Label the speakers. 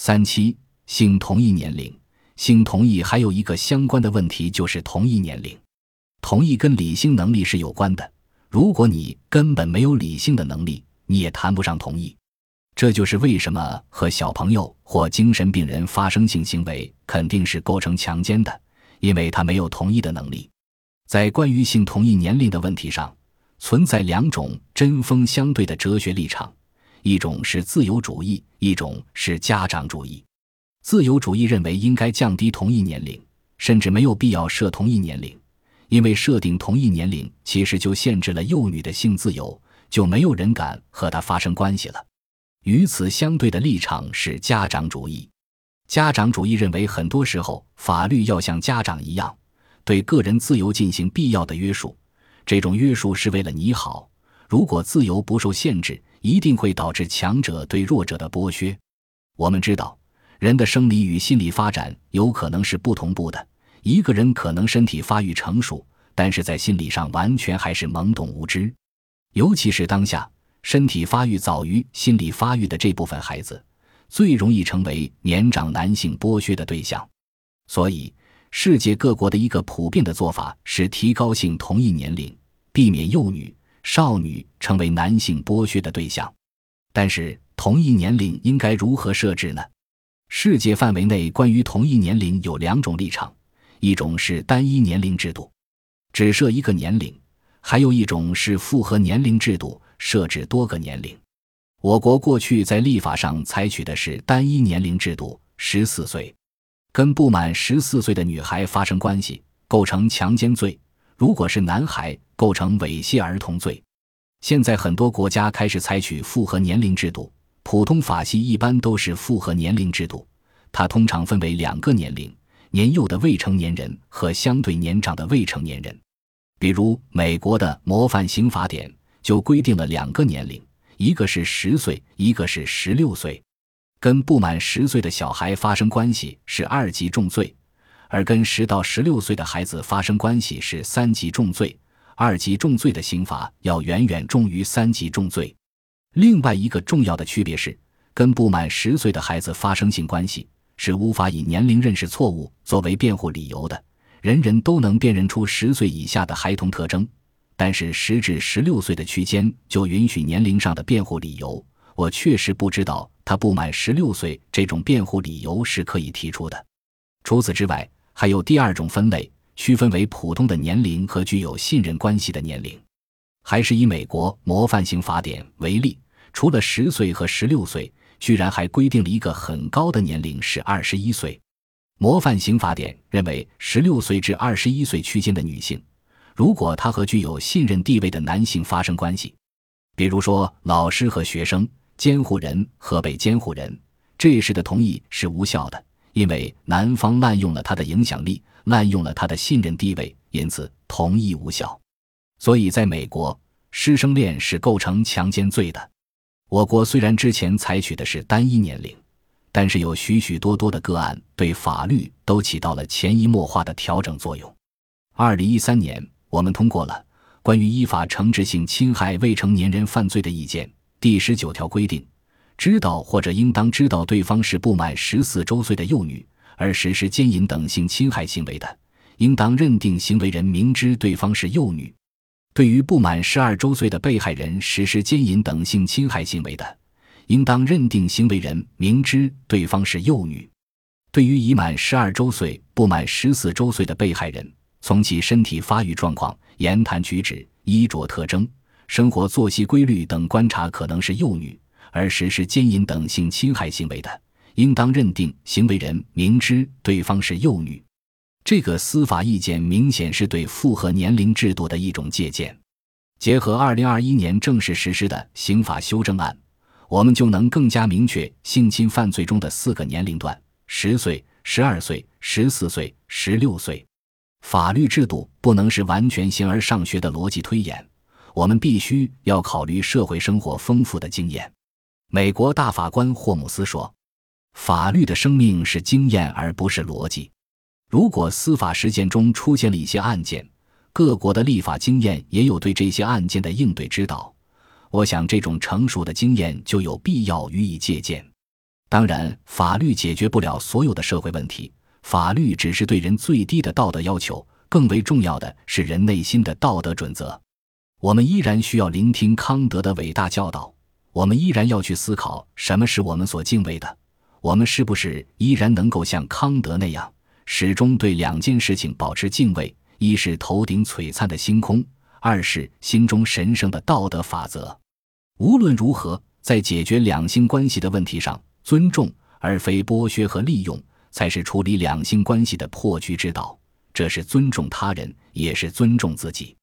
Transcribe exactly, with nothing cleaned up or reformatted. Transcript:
Speaker 1: 三七，性同意年龄。性同意还有一个相关的问题，就是同意年龄。同意跟理性能力是有关的，如果你根本没有理性的能力，你也谈不上同意。这就是为什么和小朋友或精神病人发生性行为肯定是构成强奸的，因为他没有同意的能力。在关于性同意年龄的问题上，存在两种针锋相对的哲学立场，一种是自由主义，一种是家长主义。自由主义认为应该降低同意年龄，甚至没有必要设同意年龄，因为设定同意年龄其实就限制了幼女的性自由，就没有人敢和她发生关系了。与此相对的立场是家长主义。家长主义认为很多时候法律要像家长一样，对个人自由进行必要的约束，这种约束是为了你好，如果自由不受限制，一定会导致强者对弱者的剥削。我们知道，人的生理与心理发展有可能是不同步的，一个人可能身体发育成熟，但是在心理上完全还是懵懂无知。尤其是当下，身体发育早于心理发育的这部分孩子，最容易成为年长男性剥削的对象。所以，世界各国的一个普遍的做法是提高性同意年龄，避免幼女、少女成为男性剥削的对象。但是，同意年龄应该如何设置呢？世界范围内关于同意年龄有两种立场，一种是单一年龄制度，只设一个年龄，还有一种是复合年龄制度，设置多个年龄。我国过去在立法上采取的是单一年龄制度，十四岁。跟不满十四岁的女孩发生关系，构成强奸罪；如果是男孩，构成猥亵儿童罪。现在很多国家开始采取复合年龄制度，普通法系一般都是复合年龄制度，它通常分为两个年龄，年幼的未成年人和相对年长的未成年人。比如美国的模范刑法典就规定了两个年龄，一个是十岁，一个是十六岁。跟不满十岁的小孩发生关系是二级重罪，而跟十到十六岁的孩子发生关系是三级重罪。二级重罪的刑罚要远远重于三级重罪。另外一个重要的区别是，跟不满十岁的孩子发生性关系是无法以年龄认识错误作为辩护理由的，人人都能辨认出十岁以下的孩童特征，但是十至十六岁的区间就允许年龄上的辩护理由。我确实不知道他不满十六岁这种辩护理由是可以提出的。除此之外，还有第二种分类，区分为普通的年龄和具有信任关系的年龄。还是以美国模范刑法典为例，除了十岁和十六岁，居然还规定了一个很高的年龄是二十一岁。模范刑法典认为，十六岁至二十一岁区间的女性，如果她和具有信任地位的男性发生关系，比如说老师和学生、监护人和被监护人，这时的同意是无效的，因为男方滥用了他的影响力，滥用了他的信任地位，因此同意无效。所以在美国，师生恋是构成强奸罪的。我国虽然之前采取的是单一年龄，但是有许许多多的个案对法律都起到了潜移默化的调整作用。二零一三年，我们通过了关于依法惩治性侵害未成年人犯罪的意见，第十九条规定，知道或者应当知道对方是不满十四周岁的幼女而实施奸淫等性侵害行为的，应当认定行为人明知对方是幼女。对于不满十二周岁的被害人实施奸淫等性侵害行为的，应当认定行为人明知对方是幼女。对于已满十二周岁不满十四周岁的被害人，从其身体发育状况、言谈举止、衣着特征、生活作息规律等观察可能是幼女而实施奸淫等性侵害行为的，应当认定行为人明知对方是幼女。这个司法意见明显是对复合年龄制度的一种借鉴。结合二零二一年正式实施的刑法修正案，我们就能更加明确性侵犯罪中的四个年龄段：十岁、十二岁、十四岁、十六岁。法律制度不能是完全形而上学的逻辑推演，我们必须要考虑社会生活丰富的经验。美国大法官霍姆斯说，法律的生命是经验而不是逻辑。如果司法实践中出现了一些案件，各国的立法经验也有对这些案件的应对之道，我想这种成熟的经验就有必要予以借鉴。 当然，法律解决不了所有的社会问题，法律只是对人最低的道德要求，更为重要的是人内心的道德准则。我们依然需要聆听康德的伟大教导，我们依然要去思考什么是我们所敬畏的，我们是不是依然能够像康德那样，始终对两件事情保持敬畏，一是头顶璀璨的星空，二是心中神圣的道德法则。无论如何，在解决两性关系的问题上，尊重而非剥削和利用才是处理两性关系的破局之道，这是尊重他人，也是尊重自己。